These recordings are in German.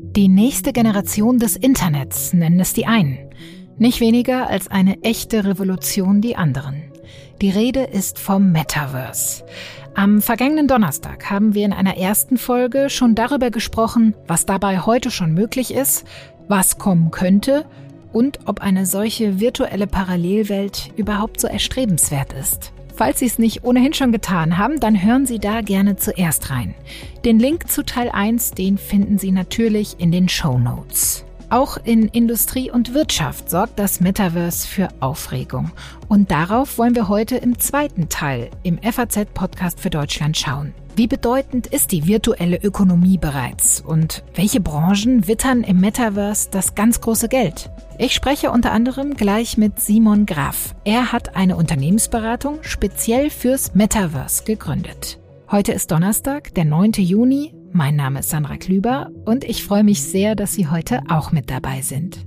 Die nächste Generation des Internets nennen es die einen. Nicht weniger als eine echte Revolution die anderen. Die Rede ist vom Metaverse. Am vergangenen Donnerstag haben wir in einer ersten Folge schon darüber gesprochen, was dabei heute schon möglich ist, was kommen könnte und ob eine solche virtuelle Parallelwelt überhaupt so erstrebenswert ist. Falls Sie es nicht ohnehin schon getan haben, dann hören Sie da gerne zuerst rein. Den Link zu Teil 1, den finden Sie natürlich in den Shownotes. Auch in Industrie und Wirtschaft sorgt das Metaverse für Aufregung. Und darauf wollen wir heute im zweiten Teil im FAZ-Podcast für Deutschland schauen. Wie bedeutend ist die virtuelle Ökonomie bereits? Und welche Branchen wittern im Metaverse das ganz große Geld? Ich spreche unter anderem gleich mit Simon Graf. Er hat eine Unternehmensberatung speziell fürs Metaverse gegründet. Heute ist Donnerstag, der 9. Juni. Mein Name ist Sandra Klüber und ich freue mich sehr, dass Sie heute auch mit dabei sind.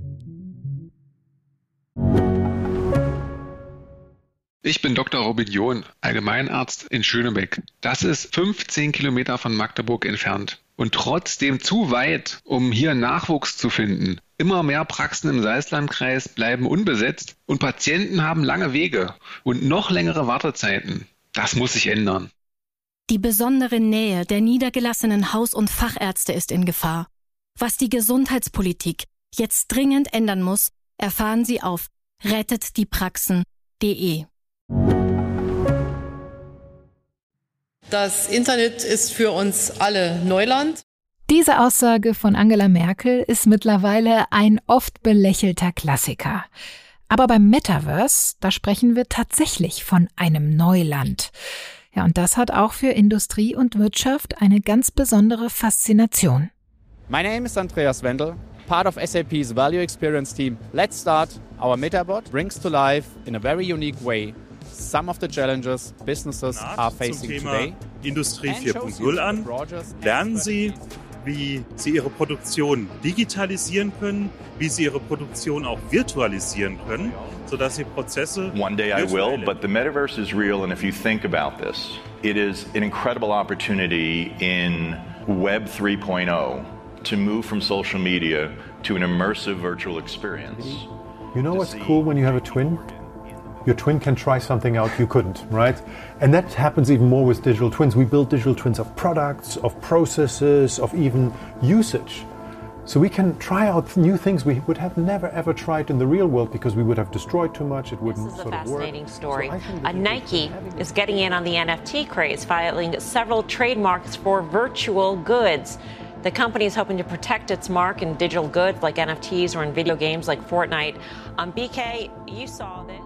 Ich bin Dr. Robin John, Allgemeinarzt in Schönebeck. Das ist 15 Kilometer von Magdeburg entfernt und trotzdem zu weit, um hier Nachwuchs zu finden. Immer mehr Praxen im Salzlandkreis bleiben unbesetzt und Patienten haben lange Wege und noch längere Wartezeiten. Das muss sich ändern. Die besondere Nähe der niedergelassenen Haus- und Fachärzte ist in Gefahr. Was die Gesundheitspolitik jetzt dringend ändern muss, erfahren Sie auf rettetdiepraxen.de. Das Internet ist für uns alle Neuland. Diese Aussage von Angela Merkel ist mittlerweile ein oft belächelter Klassiker. Aber beim Metaverse, da sprechen wir tatsächlich von einem Neuland. Ja, und das hat auch für Industrie und Wirtschaft eine ganz besondere Faszination. My name is Andreas Wendel, part of SAP's Value Experience Team. Let's start. Our Metabot brings to life in a very unique way some of the challenges businesses are facing today. Industrie 4.0 an. Lernen Sie, wie Sie Ihre Produktion digitalisieren können, wie Sie Ihre Produktion auch virtualisieren können, sodass Sie Prozesse... One day I will, but the metaverse is real, and if you think about this, it is an incredible opportunity in Web 3.0 to move from social media to an immersive virtual experience. You know what's cool when you have a twin? Your twin can try something out you couldn't, right? And that happens even more with digital twins. We build digital twins of products, of processes, of even usage. So we can try out new things we would have never ever tried in the real world because we would have destroyed too much. It wouldn't This is a sort of work. fascinating story. So Nike is getting in on the NFT craze, filing several trademarks for virtual goods. The company is hoping to protect its mark in digital goods like NFTs or in video games like Fortnite. BK, you saw this.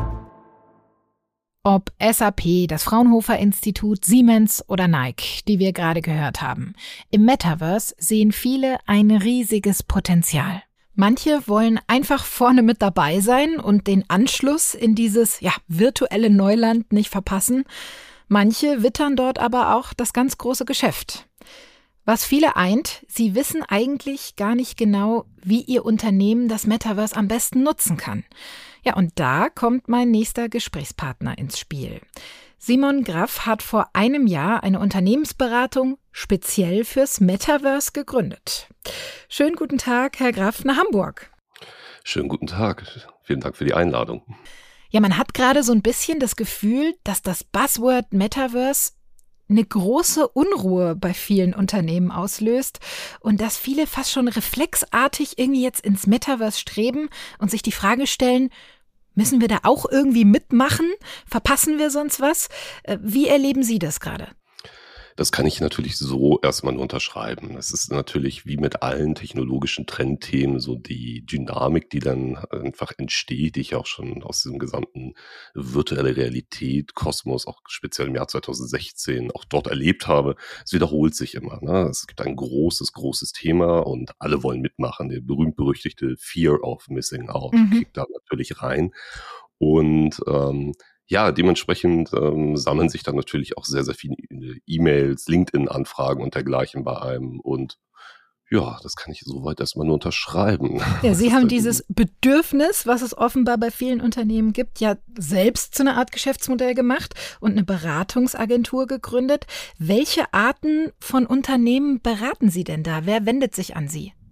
Ob SAP, das Fraunhofer Institut, Siemens oder Nike, die wir gerade gehört haben. Im Metaverse sehen viele ein riesiges Potenzial. Manche wollen einfach vorne mit dabei sein und den Anschluss in dieses virtuelle Neuland nicht verpassen. Manche wittern dort aber auch das ganz große Geschäft. Was viele eint, sie wissen eigentlich gar nicht genau, wie ihr Unternehmen das Metaverse am besten nutzen kann. Ja, und da kommt mein nächster Gesprächspartner ins Spiel. Simon Graf hat vor einem Jahr eine Unternehmensberatung speziell fürs Metaverse gegründet. Schönen guten Tag, Herr Graf, nach Hamburg. Schönen guten Tag. Vielen Dank für die Einladung. Ja, man hat gerade so ein bisschen das Gefühl, dass das Buzzword Metaverse eine große Unruhe bei vielen Unternehmen auslöst und dass viele fast schon reflexartig irgendwie jetzt ins Metaverse streben und sich die Frage stellen, müssen wir da auch irgendwie mitmachen? Verpassen wir sonst was? Wie erleben Sie das gerade? Das kann ich natürlich so erstmal nur unterschreiben. Es ist natürlich wie mit allen technologischen Trendthemen so die Dynamik, die dann einfach entsteht, die ich auch schon aus diesem gesamten virtuelle Realität, Kosmos, auch speziell im Jahr 2016 auch dort erlebt habe. Es wiederholt sich immer. Ne? Es gibt ein großes Thema und alle wollen mitmachen. Der berühmt-berüchtigte Fear of Missing Out kickt da natürlich rein. Und dementsprechend sammeln sich dann natürlich auch sehr, sehr viele E-Mails, LinkedIn-Anfragen und dergleichen bei einem. Und ja, das kann ich soweit erstmal nur unterschreiben. Ja, Sie haben dieses Bedürfnis, was es offenbar bei vielen Unternehmen gibt, ja selbst zu einer Art Geschäftsmodell gemacht und eine Beratungsagentur gegründet. Welche Arten von Unternehmen beraten Sie denn da? Wer wendet sich an Sie?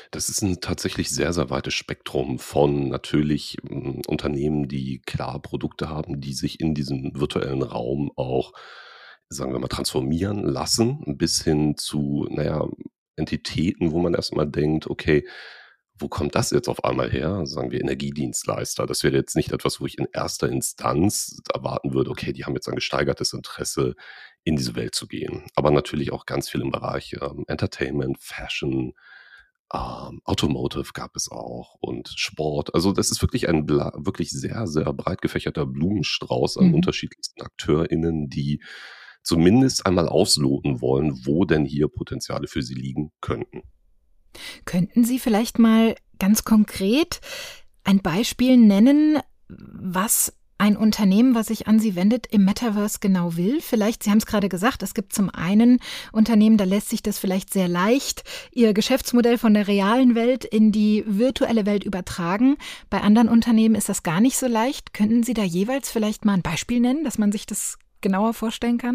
Das ist ein tatsächlich sehr, sehr weites Spektrum von natürlich Unternehmen, die klar Produkte haben, die sich in diesem virtuellen Raum auch, sagen wir mal, transformieren lassen, bis hin zu, naja, Entitäten, wo man erstmal denkt, okay, wo kommt das jetzt auf einmal her? Sagen wir Energiedienstleister. Das wäre jetzt nicht etwas, wo ich in erster Instanz erwarten würde, okay, die haben jetzt ein gesteigertes Interesse, in diese Welt zu gehen. Aber natürlich auch ganz viel im Bereich Entertainment, Fashion, Automotive gab es auch und Sport. Also das ist wirklich ein wirklich sehr, sehr breit gefächerter Blumenstrauß an unterschiedlichsten AkteurInnen, die zumindest einmal ausloten wollen, wo denn hier Potenziale für sie liegen könnten. Könnten Sie vielleicht mal ganz konkret ein Beispiel nennen, was ein Unternehmen, was sich an Sie wendet, im Metaverse genau will? Vielleicht, Sie haben es gerade gesagt, es gibt zum einen Unternehmen, da lässt sich das vielleicht sehr leicht, ihr Geschäftsmodell von der realen Welt in die virtuelle Welt übertragen. Bei anderen Unternehmen ist das gar nicht so leicht. Könnten Sie da jeweils vielleicht mal ein Beispiel nennen, dass man sich das genauer vorstellen kann?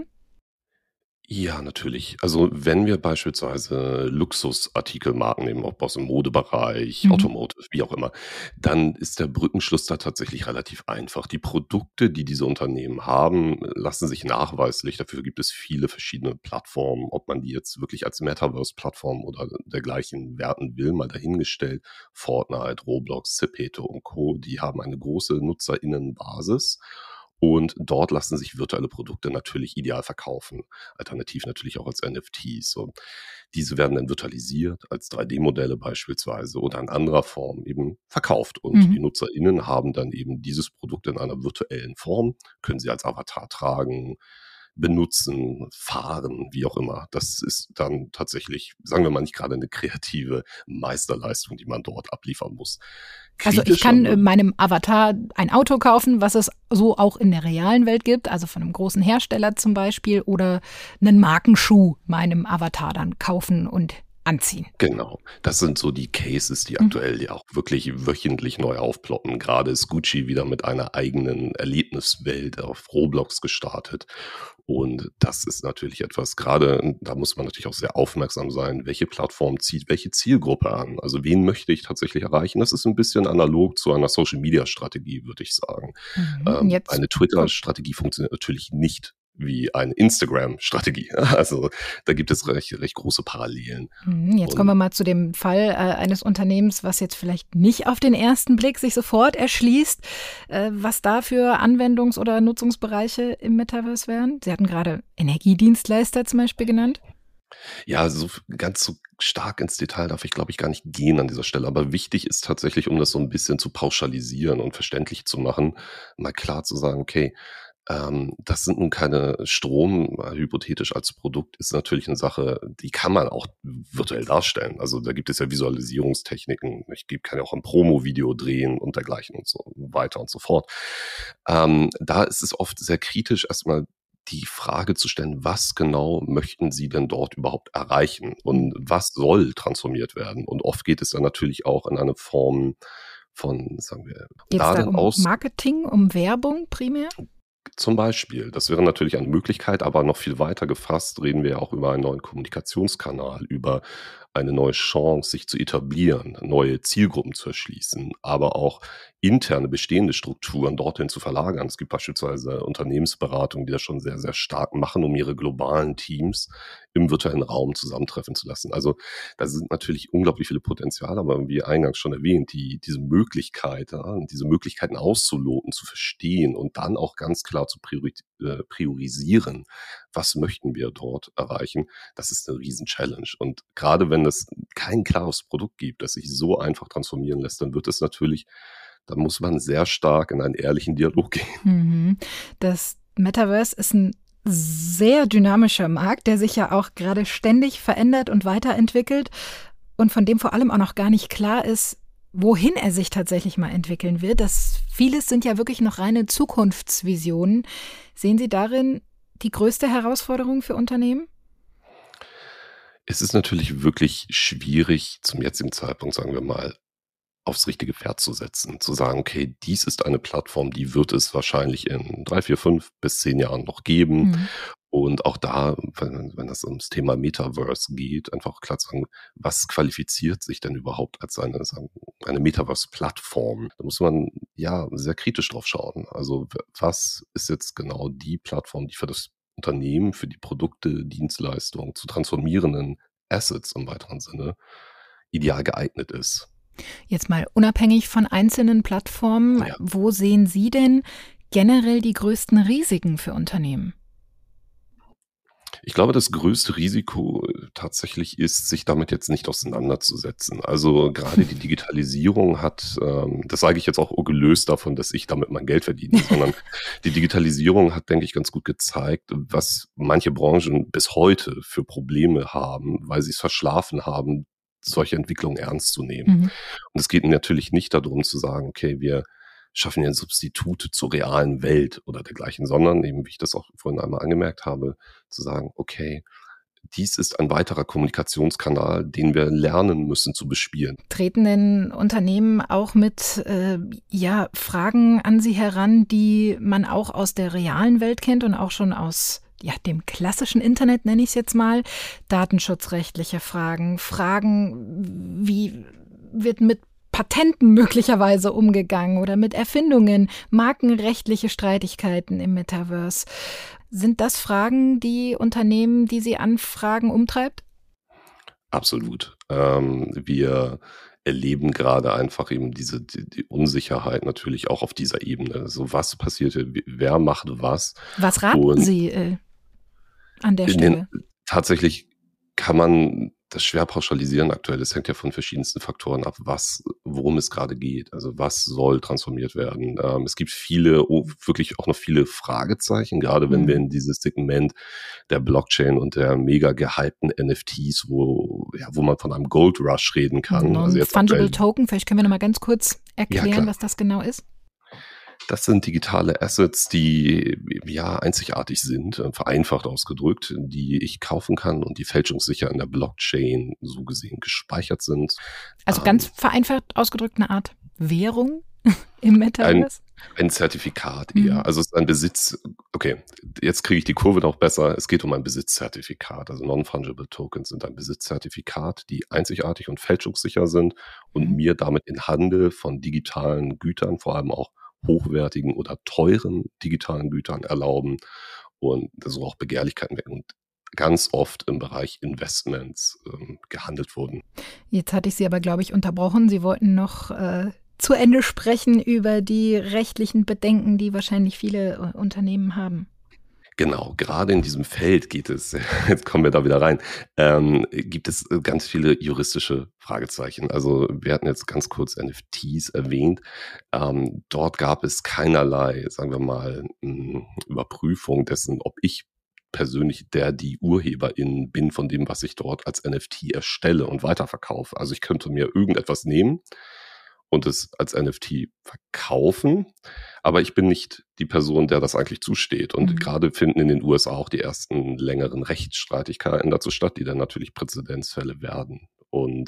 Ja, natürlich. Also wenn wir beispielsweise Luxusartikelmarken nehmen, ob aus dem Modebereich, Automotive, wie auch immer, dann ist der Brückenschluss da tatsächlich relativ einfach. Die Produkte, die diese Unternehmen haben, lassen sich nachweislich, dafür gibt es viele verschiedene Plattformen, ob man die jetzt wirklich als Metaverse-Plattform oder dergleichen werten will, mal dahingestellt. Fortnite, Roblox, Zepeto und Co., die haben eine große NutzerInnenbasis. Und dort lassen sich virtuelle Produkte natürlich ideal verkaufen. Alternativ natürlich auch als NFTs. So. Diese werden dann virtualisiert als 3D-Modelle beispielsweise oder in anderer Form eben verkauft. Und die NutzerInnen haben dann eben dieses Produkt in einer virtuellen Form, können sie als Avatar tragen, benutzen, fahren, wie auch immer. Das ist dann tatsächlich, sagen wir mal, nicht gerade eine kreative Meisterleistung, die man dort abliefern muss. Also ich kann meinem Avatar ein Auto kaufen, was es so auch in der realen Welt gibt, also von einem großen Hersteller zum Beispiel, oder einen Markenschuh meinem Avatar dann kaufen und anziehen. Genau, das sind so die Cases, die aktuell ja auch wirklich wöchentlich neu aufploppen. Gerade ist Gucci wieder mit einer eigenen Erlebniswelt auf Roblox gestartet. Und das ist natürlich etwas, gerade da muss man natürlich auch sehr aufmerksam sein, welche Plattform zieht welche Zielgruppe an. Also wen möchte ich tatsächlich erreichen? Das ist ein bisschen analog zu einer Social-Media-Strategie, würde ich sagen. Eine Twitter-Strategie funktioniert natürlich nicht wie eine Instagram-Strategie. Also da gibt es recht große Parallelen. Jetzt kommen wir mal zu dem Fall eines Unternehmens, was jetzt vielleicht nicht auf den ersten Blick sich sofort erschließt, was da für Anwendungs- oder Nutzungsbereiche im Metaverse wären. Sie hatten gerade Energiedienstleister zum Beispiel genannt. Ja, so ganz so stark ins Detail darf ich, glaube ich, gar nicht gehen an dieser Stelle. Aber wichtig ist tatsächlich, um das so ein bisschen zu pauschalisieren und verständlich zu machen, mal klar zu sagen, okay, das sind nun keine Strom, hypothetisch als Produkt, ist natürlich eine Sache, die kann man auch virtuell darstellen. Also da gibt es ja Visualisierungstechniken. Kann ja auch ein Promo-Video drehen und dergleichen und so weiter und so fort. Da ist es oft sehr kritisch, erstmal die Frage zu stellen, was genau möchten Sie denn dort überhaupt erreichen und was soll transformiert werden? Und oft geht es dann natürlich auch in eine Form von, sagen wir, Geht's da um Marketing, um Werbung primär? Zum Beispiel, das wäre natürlich eine Möglichkeit, aber noch viel weiter gefasst reden wir ja auch über einen neuen Kommunikationskanal, über eine neue Chance, sich zu etablieren, neue Zielgruppen zu erschließen, aber auch interne bestehende Strukturen dorthin zu verlagern. Es gibt beispielsweise Unternehmensberatungen, die das schon sehr, sehr stark machen, um ihre globalen Teams im virtuellen Raum zusammentreffen zu lassen. Also da sind natürlich unglaublich viele Potenziale, aber wie eingangs schon erwähnt, diese Möglichkeiten auszuloten, zu verstehen und dann auch ganz klar zu priorisieren, was möchten wir dort erreichen, das ist eine Riesen-Challenge. Und gerade wenn es kein klares Produkt gibt, das sich so einfach transformieren lässt, dann wird es natürlich, da muss man sehr stark in einen ehrlichen Dialog gehen. Das Metaverse ist ein sehr dynamischer Markt, der sich ja auch gerade ständig verändert und weiterentwickelt und von dem vor allem auch noch gar nicht klar ist, wohin er sich tatsächlich mal entwickeln wird. Vieles sind ja wirklich noch reine Zukunftsvisionen. Sehen Sie darin die größte Herausforderung für Unternehmen? Es ist natürlich wirklich schwierig, zum jetzigen Zeitpunkt, sagen wir mal, aufs richtige Pferd zu setzen, zu sagen, okay, dies ist eine Plattform, die wird es wahrscheinlich in 3, 4, 5 bis 10 Jahren noch geben. Und auch da, wenn das ums Thema Metaverse geht, einfach klar zu sagen, was qualifiziert sich denn überhaupt als eine Metaverse-Plattform? Da muss man ja sehr kritisch drauf schauen. Also was ist jetzt genau die Plattform, die für das Unternehmen, für die Produkte, Dienstleistungen zu transformierenden Assets im weiteren Sinne ideal geeignet ist? Jetzt mal unabhängig von einzelnen Plattformen, wo sehen Sie denn generell die größten Risiken für Unternehmen? Ich glaube, das größte Risiko tatsächlich ist, sich damit jetzt nicht auseinanderzusetzen. Also gerade die Digitalisierung hat, das sage ich jetzt auch gelöst davon, dass ich damit mein Geld verdiene, sondern die Digitalisierung hat, denke ich, ganz gut gezeigt, was manche Branchen bis heute für Probleme haben, weil sie es verschlafen haben, solche Entwicklungen ernst zu nehmen. Und es geht natürlich nicht darum zu sagen, okay, wir schaffen ja Substitute zur realen Welt oder dergleichen, sondern eben, wie ich das auch vorhin einmal angemerkt habe, zu sagen, okay, dies ist ein weiterer Kommunikationskanal, den wir lernen müssen zu bespielen. Treten denn Unternehmen auch mit Fragen an Sie heran, die man auch aus der realen Welt kennt und auch schon aus dem klassischen Internet, nenne ich es jetzt mal, datenschutzrechtliche Fragen, wie wird mit Patenten möglicherweise umgegangen oder mit Erfindungen, markenrechtliche Streitigkeiten im Metaverse. Sind das Fragen, die Unternehmen, die Sie anfragen, umtreibt? Absolut. Wir erleben gerade einfach eben die Unsicherheit natürlich auch auf dieser Ebene. So, was passiert hier? Wer macht was? Was raten Sie an der Stelle? Tatsächlich kann man das schwer pauschalisieren aktuell. Das hängt ja von verschiedensten Faktoren ab, worum es gerade geht. Also was soll transformiert werden? Es gibt wirklich auch noch viele Fragezeichen, gerade wenn wir in dieses Segment der Blockchain und der mega gehypten NFTs, wo man von einem Gold Rush reden kann. Also jetzt Fungible Token, vielleicht können wir noch mal ganz kurz erklären, was das genau ist. Das sind digitale Assets, die einzigartig sind, vereinfacht ausgedrückt, die ich kaufen kann und die fälschungssicher in der Blockchain so gesehen gespeichert sind. Also ganz vereinfacht ausgedrückt eine Art Währung im Metaverse? Ein Zertifikat eher. Also es ist ein Besitz, okay, jetzt kriege ich die Kurve noch besser. Es geht um ein Besitzzertifikat. Also Non-Fungible Tokens sind ein Besitzzertifikat, die einzigartig und fälschungssicher sind und mir damit in Handel von digitalen Gütern, vor allem auch hochwertigen oder teuren digitalen Gütern erlauben und so auch Begehrlichkeiten wecken und ganz oft im Bereich Investments gehandelt wurden. Jetzt hatte ich Sie aber, glaube ich, unterbrochen. Sie wollten noch zu Ende sprechen über die rechtlichen Bedenken, die wahrscheinlich viele Unternehmen haben. Genau, gerade in diesem Feld geht es, jetzt kommen wir da wieder rein, gibt es ganz viele juristische Fragezeichen. Also wir hatten jetzt ganz kurz NFTs erwähnt. Dort gab es keinerlei, sagen wir mal, Überprüfung dessen, ob ich persönlich die Urheberin bin von dem, was ich dort als NFT erstelle und weiterverkaufe. Also ich könnte mir irgendetwas nehmen und es als NFT verkaufen, aber ich bin nicht die Person, der das eigentlich zusteht. Und gerade finden in den USA auch die ersten längeren Rechtsstreitigkeiten dazu statt, die dann natürlich Präzedenzfälle werden. Und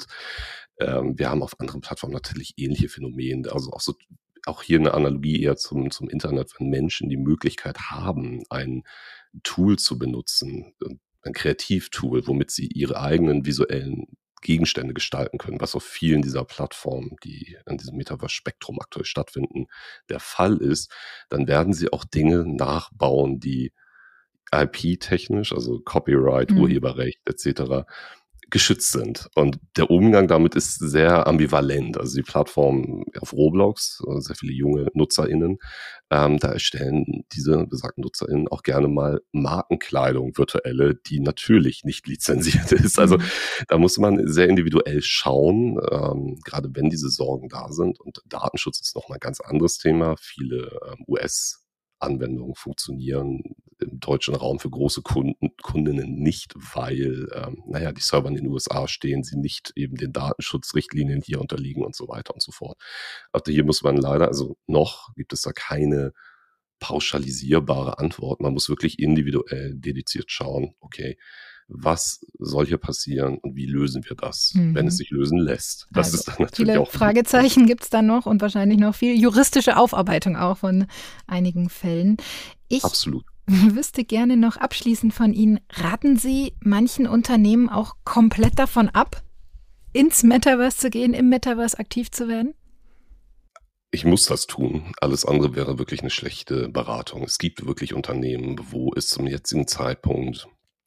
wir haben auf anderen Plattformen natürlich ähnliche Phänomene, also auch hier eine Analogie eher zum Internet, wenn Menschen die Möglichkeit haben, ein Tool zu benutzen, ein Kreativtool, womit sie ihre eigenen visuellen Gegenstände gestalten können, was auf vielen dieser Plattformen, die in diesem Metaverse-Spektrum aktuell stattfinden, der Fall ist, dann werden sie auch Dinge nachbauen, die IP-technisch, also Copyright, Urheberrecht etc., geschützt sind. Und der Umgang damit ist sehr ambivalent. Also die Plattform auf Roblox, sehr viele junge NutzerInnen, da erstellen diese besagten NutzerInnen auch gerne mal Markenkleidung, virtuelle, die natürlich nicht lizenziert ist. Also da muss man sehr individuell schauen, gerade wenn diese Sorgen da sind. Und Datenschutz ist nochmal ein ganz anderes Thema. Viele US-Anwendungen funktionieren im deutschen Raum für große Kundinnen nicht, weil die Server in den USA stehen, sie nicht eben den Datenschutzrichtlinien hier unterliegen und so weiter und so fort. Also hier muss man leider, also noch gibt es da keine pauschalisierbare Antwort. Man muss wirklich individuell dediziert schauen, okay, was soll hier passieren und wie lösen wir das, wenn es sich lösen lässt? Das ist dann natürlich viele auch Fragezeichen gibt es dann noch und wahrscheinlich noch viel juristische Aufarbeitung auch von einigen Fällen. Absolut. wüsste gerne noch abschließend von Ihnen, raten Sie manchen Unternehmen auch komplett davon ab, ins Metaverse zu gehen, im Metaverse aktiv zu werden? Ich muss das tun. Alles andere wäre wirklich eine schlechte Beratung. Es gibt wirklich Unternehmen, wo es zum jetzigen Zeitpunkt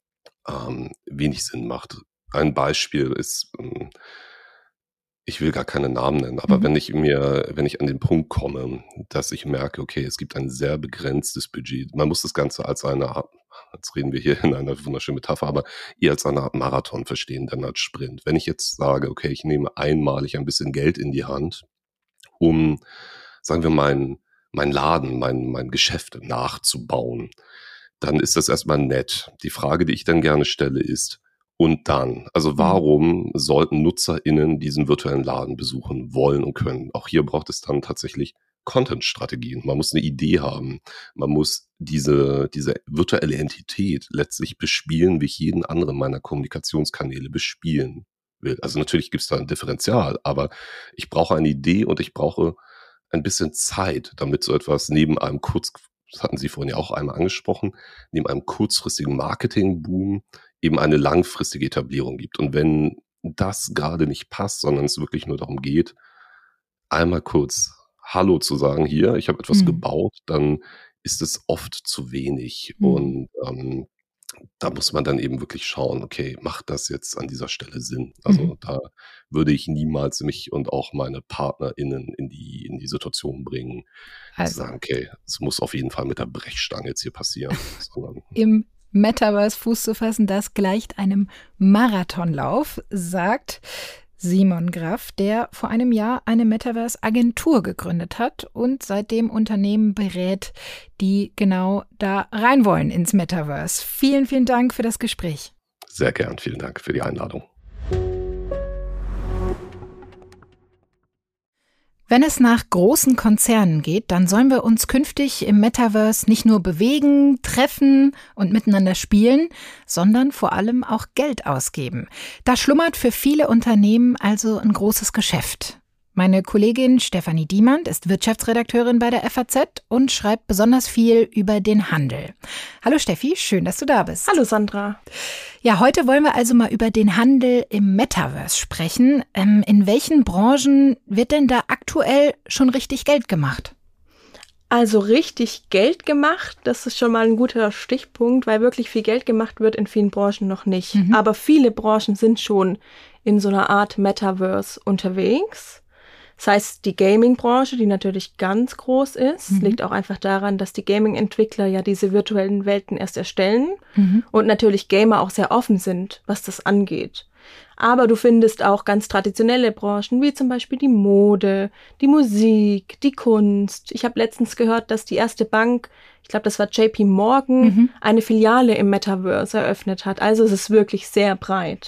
wenig Sinn macht. Ein Beispiel ist, ich will gar keine Namen nennen, aber wenn ich an den Punkt komme, dass ich merke, okay, es gibt ein sehr begrenztes Budget. Man muss das Ganze als jetzt reden wir hier in einer wunderschönen Metapher, aber eher als eine Art Marathon verstehen, dann als Sprint. Wenn ich jetzt sage, okay, ich nehme einmalig ein bisschen Geld in die Hand, um, sagen wir, mein Laden, mein Geschäft nachzubauen, dann ist das erstmal nett. Die Frage, die ich dann gerne stelle, ist, und dann? Also warum sollten NutzerInnen diesen virtuellen Laden besuchen wollen und können? Auch hier braucht es dann tatsächlich Content-Strategien. Man muss eine Idee haben. Man muss diese virtuelle Entität letztlich bespielen, wie ich jeden anderen meiner Kommunikationskanäle bespielen will. Also natürlich gibt es da ein Differential, aber ich brauche eine Idee und ich brauche ein bisschen Zeit, damit so etwas neben einem das hatten Sie vorhin ja auch einmal angesprochen, neben einem kurzfristigen Marketingboom eben eine langfristige Etablierung gibt. Und wenn das gerade nicht passt, sondern es wirklich nur darum geht, einmal kurz Hallo zu sagen, hier, ich habe etwas gebaut, dann ist es oft zu wenig. Und da muss man dann eben wirklich schauen, okay, macht das jetzt an dieser Stelle Sinn? Also da würde ich niemals mich und auch meine PartnerInnen in die Situation bringen, zu sagen, okay, es muss auf jeden Fall mit der Brechstange jetzt hier passieren. Im Metaverse Fuß zu fassen, das gleicht einem Marathonlauf, sagt Simon Graff, der vor einem Jahr eine Metaverse-Agentur gegründet hat und seitdem Unternehmen berät, die genau da rein wollen ins Metaverse. Vielen, vielen Dank für das Gespräch. Sehr gern, vielen Dank für die Einladung. Wenn es nach großen Konzernen geht, dann sollen wir uns künftig im Metaverse nicht nur bewegen, treffen und miteinander spielen, sondern vor allem auch Geld ausgeben. Da schlummert für viele Unternehmen also ein großes Geschäft. Meine Kollegin Stefanie Diemand ist Wirtschaftsredakteurin bei der FAZ und schreibt besonders viel über den Handel. Hallo Steffi, schön, dass du da bist. Hallo Sandra. Ja, heute wollen wir also mal über den Handel im Metaverse sprechen. In welchen Branchen wird denn da aktuell schon richtig Geld gemacht? Also richtig Geld gemacht, das ist schon mal ein guter Stichpunkt, weil wirklich viel Geld gemacht wird in vielen Branchen noch nicht. Aber viele Branchen sind schon in so einer Art Metaverse unterwegs. Das heißt, die Gaming-Branche, die natürlich ganz groß ist, liegt auch einfach daran, dass die Gaming-Entwickler ja diese virtuellen Welten erst erstellen und natürlich Gamer auch sehr offen sind, was das angeht. Aber du findest auch ganz traditionelle Branchen, wie zum Beispiel die Mode, die Musik, die Kunst. Ich habe letztens gehört, dass die erste Bank, ich glaube, das war JP Morgan, eine Filiale im Metaverse eröffnet hat. Also es ist wirklich sehr breit.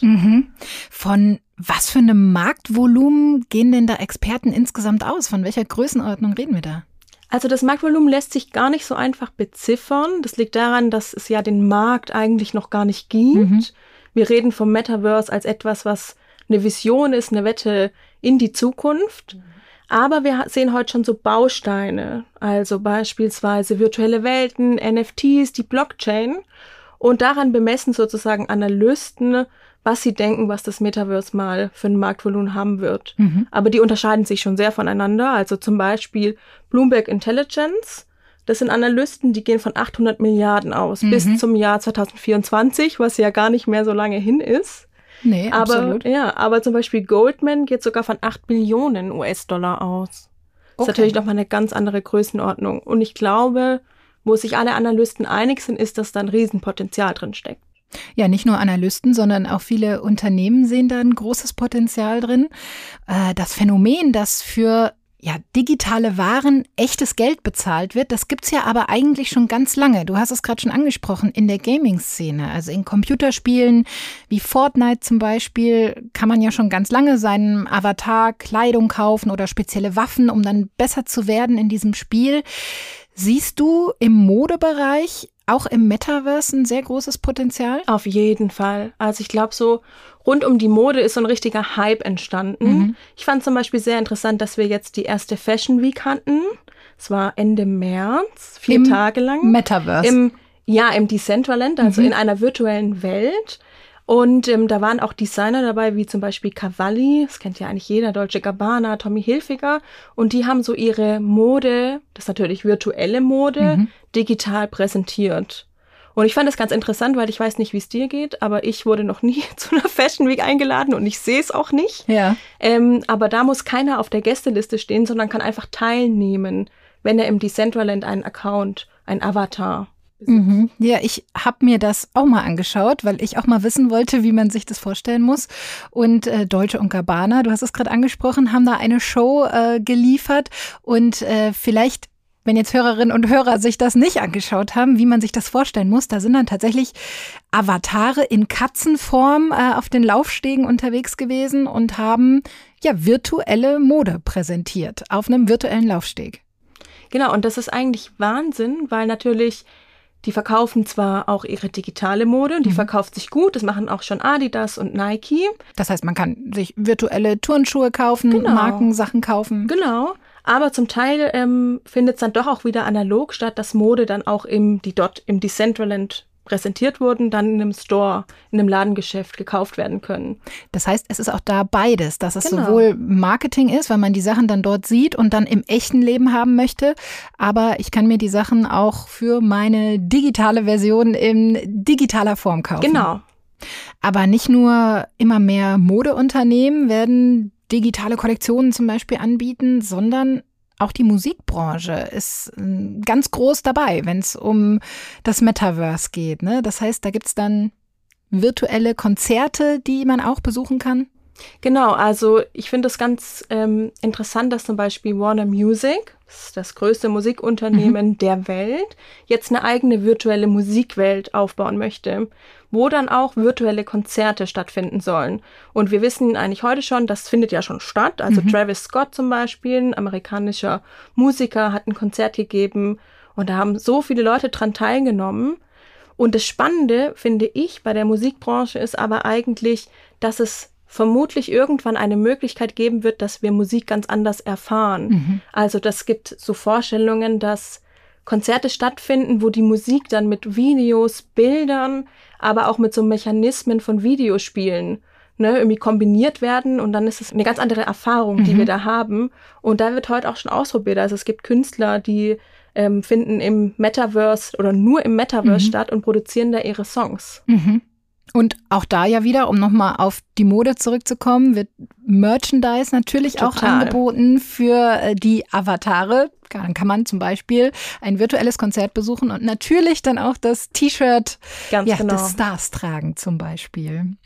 Von was für einem Marktvolumen gehen denn da Experten insgesamt aus? Von welcher Größenordnung reden wir da? Also das Marktvolumen lässt sich gar nicht so einfach beziffern. Das liegt daran, dass es ja den Markt eigentlich noch gar nicht gibt. Wir reden vom Metaverse als etwas, was eine Vision ist, eine Wette in die Zukunft. Aber wir sehen heute schon so Bausteine, also beispielsweise virtuelle Welten, NFTs, die Blockchain. Und daran bemessen sozusagen Analysten, was sie denken, was das Metaverse mal für ein Marktvolumen haben wird. Aber die unterscheiden sich schon sehr voneinander. Also zum Beispiel Bloomberg Intelligence. Das sind Analysten, die gehen von 800 Milliarden aus bis zum Jahr 2024, was ja gar nicht mehr so lange hin ist. Nee, absolut. Aber zum Beispiel Goldman geht sogar von 8 Billionen US-Dollar aus. Das ist natürlich nochmal eine ganz andere Größenordnung. Und ich glaube, wo sich alle Analysten einig sind, ist, dass da ein Riesenpotenzial drin steckt. Ja, nicht nur Analysten, sondern auch viele Unternehmen sehen da ein großes Potenzial drin. Das Phänomen, dass für digitale Waren echtes Geld bezahlt wird, das gibt's ja aber eigentlich schon ganz lange. Du hast es gerade schon angesprochen, in der Gaming-Szene, also in Computerspielen wie Fortnite zum Beispiel, kann man ja schon ganz lange seinem Avatar Kleidung kaufen oder spezielle Waffen, um dann besser zu werden in diesem Spiel. Siehst du im Modebereich auch im Metaverse ein sehr großes Potenzial? Auf jeden Fall. Also ich glaube, so rund um die Mode ist so ein richtiger Hype entstanden. Ich fand zum Beispiel sehr interessant, dass wir jetzt die erste Fashion Week hatten. Es war Ende März, 4 Tage lang. Metaverse. Ja, im Decentraland, also in einer virtuellen Welt. Und da waren auch Designer dabei, wie zum Beispiel Cavalli, das kennt ja eigentlich jeder, Dolce & Gabbana, Tommy Hilfiger. Und die haben so ihre Mode, das ist natürlich virtuelle Mode, digital präsentiert. Und ich fand das ganz interessant, weil ich weiß nicht, wie es dir geht, aber ich wurde noch nie zu einer Fashion Week eingeladen und ich sehe es auch nicht. Ja. Aber da muss keiner auf der Gästeliste stehen, sondern kann einfach teilnehmen, wenn er im Decentraland einen Account, ein Avatar besitzt. Ja, ich habe mir das auch mal angeschaut, weil ich auch mal wissen wollte, wie man sich das vorstellen muss. Und Dolce & Gabbana, du hast es gerade angesprochen, haben da eine Show geliefert. Und vielleicht, wenn jetzt Hörerinnen und Hörer sich das nicht angeschaut haben, wie man sich das vorstellen muss, da sind dann tatsächlich Avatare in Katzenform auf den Laufstegen unterwegs gewesen und haben ja virtuelle Mode präsentiert auf einem virtuellen Laufsteg. Genau, und das ist eigentlich Wahnsinn, weil natürlich die verkaufen zwar auch ihre digitale Mode und die verkauft sich gut, das machen auch schon Adidas und Nike. Das heißt, man kann sich virtuelle Turnschuhe kaufen, Markensachen kaufen. Genau, aber zum Teil findet es dann doch auch wieder analog statt, dass Mode dann auch die dort im Decentraland präsentiert wurden, dann in einem Store, in einem Ladengeschäft gekauft werden können. Das heißt, es ist auch da beides, dass es sowohl Marketing ist, weil man die Sachen dann dort sieht und dann im echten Leben haben möchte, aber ich kann mir die Sachen auch für meine digitale Version in digitaler Form kaufen. Genau. Aber nicht nur immer mehr Modeunternehmen werden digitale Kollektionen zum Beispiel anbieten, sondern auch die Musikbranche ist ganz groß dabei, wenn es um das Metaverse geht, ne? Das heißt, da gibt es dann virtuelle Konzerte, die man auch besuchen kann? Genau, also ich finde es ganz interessant, dass zum Beispiel Warner Music, das ist das größte Musikunternehmen der Welt, jetzt eine eigene virtuelle Musikwelt aufbauen möchte, wo dann auch virtuelle Konzerte stattfinden sollen. Und wir wissen eigentlich heute schon, das findet ja schon statt. Also Travis Scott zum Beispiel, ein amerikanischer Musiker, hat ein Konzert gegeben und da haben so viele Leute dran teilgenommen. Und das Spannende, finde ich, bei der Musikbranche ist aber eigentlich, dass es vermutlich irgendwann eine Möglichkeit geben wird, dass wir Musik ganz anders erfahren. Also das gibt so Vorstellungen, dass Konzerte stattfinden, wo die Musik dann mit Videos, Bildern, aber auch mit so Mechanismen von Videospielen irgendwie kombiniert werden und dann ist es eine ganz andere Erfahrung, die wir da haben. Und da wird heute auch schon ausprobiert. Also es gibt Künstler, die finden im Metaverse oder nur im Metaverse statt und produzieren da ihre Songs. Und auch da ja wieder, um nochmal auf die Mode zurückzukommen, wird Merchandise natürlich auch angeboten für die Avatare. Dann kann man zum Beispiel ein virtuelles Konzert besuchen und natürlich dann auch das T-Shirt des Stars tragen zum Beispiel.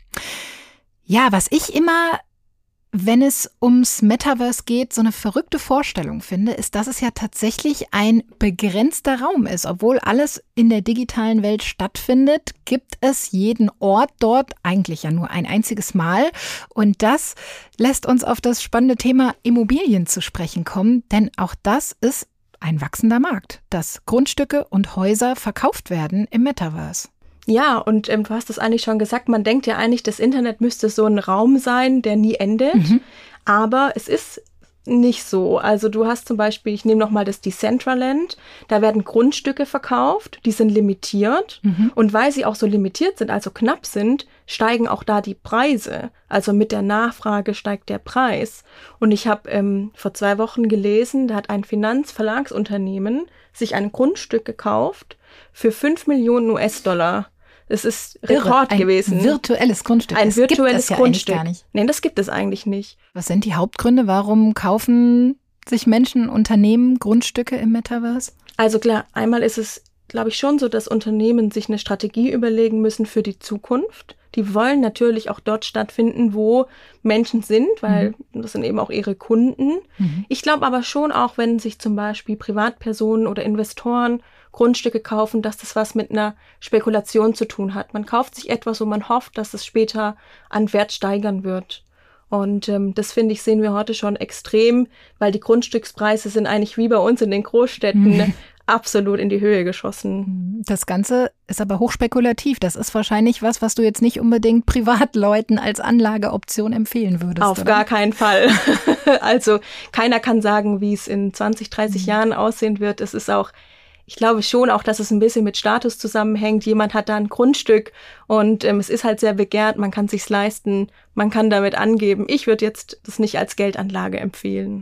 Ja, was ich immer, wenn es ums Metaverse geht, so eine verrückte Vorstellung finde, ist, dass es ja tatsächlich ein begrenzter Raum ist. Obwohl alles in der digitalen Welt stattfindet, gibt es jeden Ort dort eigentlich ja nur ein einziges Mal. Und das lässt uns auf das spannende Thema Immobilien zu sprechen kommen, denn auch das ist ein wachsender Markt, dass Grundstücke und Häuser verkauft werden im Metaverse. Ja, und du hast es eigentlich schon gesagt, man denkt ja eigentlich, das Internet müsste so ein Raum sein, der nie endet, aber es ist nicht so. Also du hast zum Beispiel, ich nehme nochmal das Decentraland, da werden Grundstücke verkauft, die sind limitiert und weil sie auch so limitiert sind, also knapp sind, steigen auch da die Preise. Also mit der Nachfrage steigt der Preis. Und ich habe vor 2 Wochen gelesen, da hat ein Finanzverlagsunternehmen sich ein Grundstück gekauft für 5 Millionen US-Dollar. Es ist Rekord gewesen. Ein virtuelles Grundstück. Ein virtuelles Grundstück. Gar nicht. Nein, das gibt es eigentlich nicht. Was sind die Hauptgründe? Warum kaufen sich Menschen, Unternehmen Grundstücke im Metaverse? Also klar, einmal ist es, glaube ich, schon so, dass Unternehmen sich eine Strategie überlegen müssen für die Zukunft. Die wollen natürlich auch dort stattfinden, wo Menschen sind, weil das sind eben auch ihre Kunden. Ich glaube aber schon auch, wenn sich zum Beispiel Privatpersonen oder Investoren Grundstücke kaufen, dass das was mit einer Spekulation zu tun hat. Man kauft sich etwas, wo man hofft, dass es später an Wert steigern wird. Und das, finde ich, sehen wir heute schon extrem, weil die Grundstückspreise sind eigentlich wie bei uns in den Großstädten absolut in die Höhe geschossen. Das Ganze ist aber hochspekulativ. Das ist wahrscheinlich was du jetzt nicht unbedingt Privatleuten als Anlageoption empfehlen würdest. Auf gar keinen Fall. Also keiner kann sagen, wie es in 20, 30 Jahren aussehen wird. Es ist auch ich glaube schon auch, dass es ein bisschen mit Status zusammenhängt. Jemand hat da ein Grundstück und es ist halt sehr begehrt, man kann es sich leisten, man kann damit angeben. Ich würde jetzt das nicht als Geldanlage empfehlen.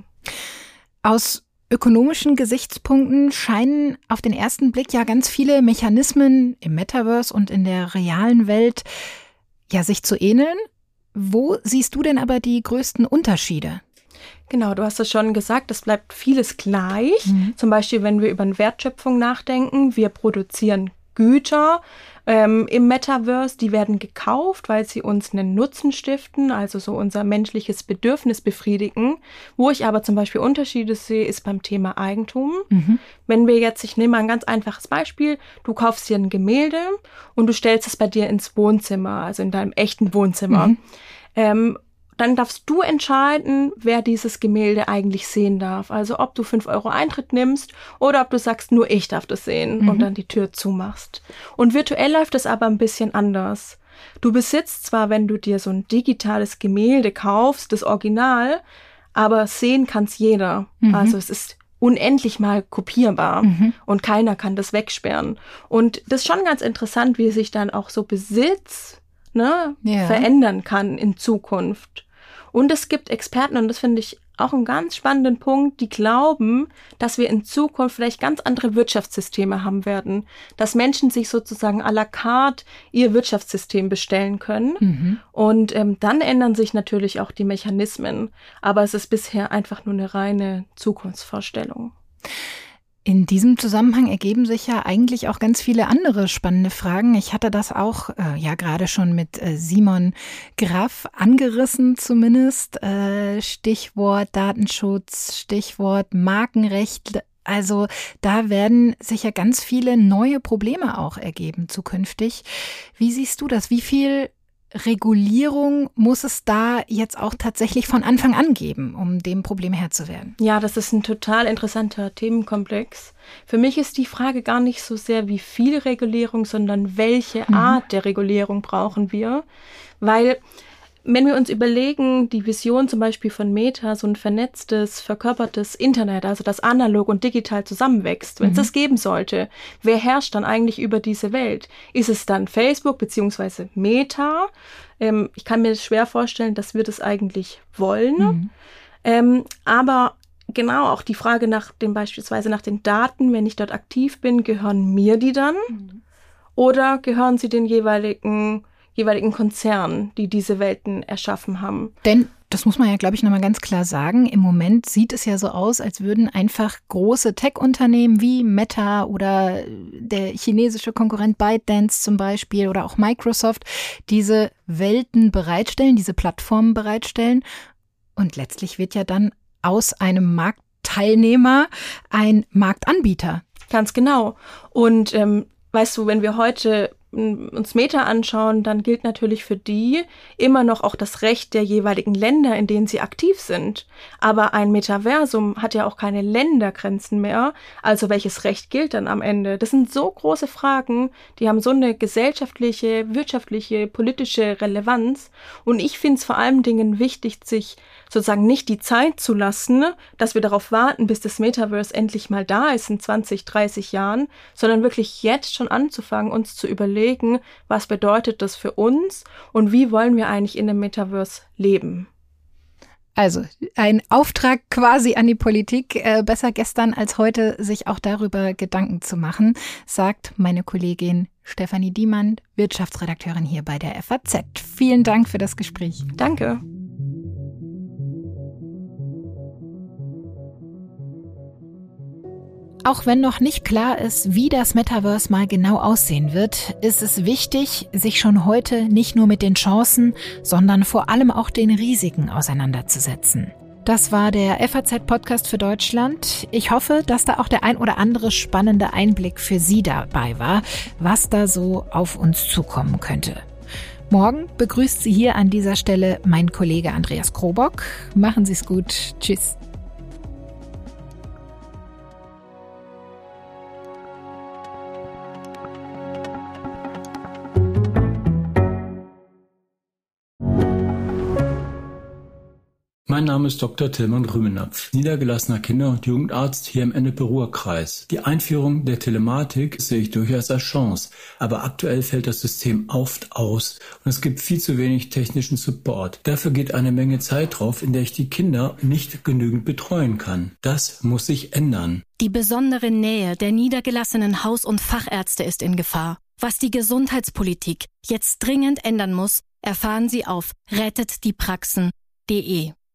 Aus ökonomischen Gesichtspunkten scheinen auf den ersten Blick ja ganz viele Mechanismen im Metaverse und in der realen Welt ja sich zu ähneln. Wo siehst du denn aber die größten Unterschiede? Genau, du hast es schon gesagt, es bleibt vieles gleich. Zum Beispiel, wenn wir über eine Wertschöpfung nachdenken, wir produzieren Güter im Metaverse, die werden gekauft, weil sie uns einen Nutzen stiften, also so unser menschliches Bedürfnis befriedigen. Wo ich aber zum Beispiel Unterschiede sehe, ist beim Thema Eigentum. Wenn wir jetzt, ich nehme mal ein ganz einfaches Beispiel, du kaufst dir ein Gemälde und du stellst es bei dir ins Wohnzimmer, also in deinem echten Wohnzimmer. Dann darfst du entscheiden, wer dieses Gemälde eigentlich sehen darf. Also ob du 5 € Eintritt nimmst oder ob du sagst, nur ich darf das sehen und dann die Tür zumachst. Und virtuell läuft das aber ein bisschen anders. Du besitzt zwar, wenn du dir so ein digitales Gemälde kaufst, das Original, aber sehen kann's jeder. Also es ist unendlich mal kopierbar und keiner kann das wegsperren. Und das ist schon ganz interessant, wie sich dann auch so Besitz verändern kann in Zukunft. Und es gibt Experten, und das finde ich auch einen ganz spannenden Punkt, die glauben, dass wir in Zukunft vielleicht ganz andere Wirtschaftssysteme haben werden, dass Menschen sich sozusagen à la carte ihr Wirtschaftssystem bestellen können. Und dann ändern sich natürlich auch die Mechanismen. Aber es ist bisher einfach nur eine reine Zukunftsvorstellung. In diesem Zusammenhang ergeben sich ja eigentlich auch ganz viele andere spannende Fragen. Ich hatte das auch gerade schon mit Simon Graff angerissen zumindest. Stichwort Datenschutz, Stichwort Markenrecht. Also da werden sich ja ganz viele neue Probleme auch ergeben zukünftig. Wie siehst du das? Wie viel Regulierung muss es da jetzt auch tatsächlich von Anfang an geben, um dem Problem Herr zu werden? Ja, das ist ein total interessanter Themenkomplex. Für mich ist die Frage gar nicht so sehr, wie viel Regulierung, sondern welche Art der Regulierung brauchen wir. Weil, wenn wir uns überlegen, die Vision zum Beispiel von Meta, so ein vernetztes, verkörpertes Internet, also das analog und digital zusammenwächst, wenn es das geben sollte, wer herrscht dann eigentlich über diese Welt? Ist es dann Facebook bzw. Meta? Ich kann mir schwer vorstellen, dass wir das eigentlich wollen. Aber genau auch die Frage beispielsweise nach den Daten, wenn ich dort aktiv bin, gehören mir die dann? Oder gehören sie den jeweiligen Konzernen, die diese Welten erschaffen haben. Denn, das muss man ja, glaube ich, nochmal ganz klar sagen, im Moment sieht es ja so aus, als würden einfach große Tech-Unternehmen wie Meta oder der chinesische Konkurrent ByteDance zum Beispiel oder auch Microsoft diese Welten bereitstellen, diese Plattformen bereitstellen. Und letztlich wird ja dann aus einem Marktteilnehmer ein Marktanbieter. Ganz genau. Und weißt du, wenn wir heute uns Meta anschauen, dann gilt natürlich für die immer noch auch das Recht der jeweiligen Länder, in denen sie aktiv sind. Aber ein Metaversum hat ja auch keine Ländergrenzen mehr. Also welches Recht gilt dann am Ende? Das sind so große Fragen, die haben so eine gesellschaftliche, wirtschaftliche, politische Relevanz. Und ich finde es vor allen Dingen wichtig, sich sozusagen nicht die Zeit zu lassen, dass wir darauf warten, bis das Metaverse endlich mal da ist in 20, 30 Jahren, sondern wirklich jetzt schon anzufangen, uns zu überlegen, was bedeutet das für uns und wie wollen wir eigentlich in dem Metaverse leben. Also ein Auftrag quasi an die Politik, besser gestern als heute, sich auch darüber Gedanken zu machen, sagt meine Kollegin Stefanie Diemann, Wirtschaftsredakteurin hier bei der FAZ. Vielen Dank für das Gespräch. Danke. Auch wenn noch nicht klar ist, wie das Metaverse mal genau aussehen wird, ist es wichtig, sich schon heute nicht nur mit den Chancen, sondern vor allem auch den Risiken auseinanderzusetzen. Das war der FAZ-Podcast für Deutschland. Ich hoffe, dass da auch der ein oder andere spannende Einblick für Sie dabei war, was da so auf uns zukommen könnte. Morgen begrüßt Sie hier an dieser Stelle mein Kollege Andreas Krobock. Machen Sie es gut. Tschüss. Mein Name ist Dr. Tilman Rümenapf, niedergelassener Kinder- und Jugendarzt hier im Ennepe-Ruhr-Kreis. Die Einführung der Telematik sehe ich durchaus als Chance, aber aktuell fällt das System oft aus und es gibt viel zu wenig technischen Support. Dafür geht eine Menge Zeit drauf, in der ich die Kinder nicht genügend betreuen kann. Das muss sich ändern. Die besondere Nähe der niedergelassenen Haus- und Fachärzte ist in Gefahr. Was die Gesundheitspolitik jetzt dringend ändern muss, erfahren Sie auf rettetdiepraxen.de.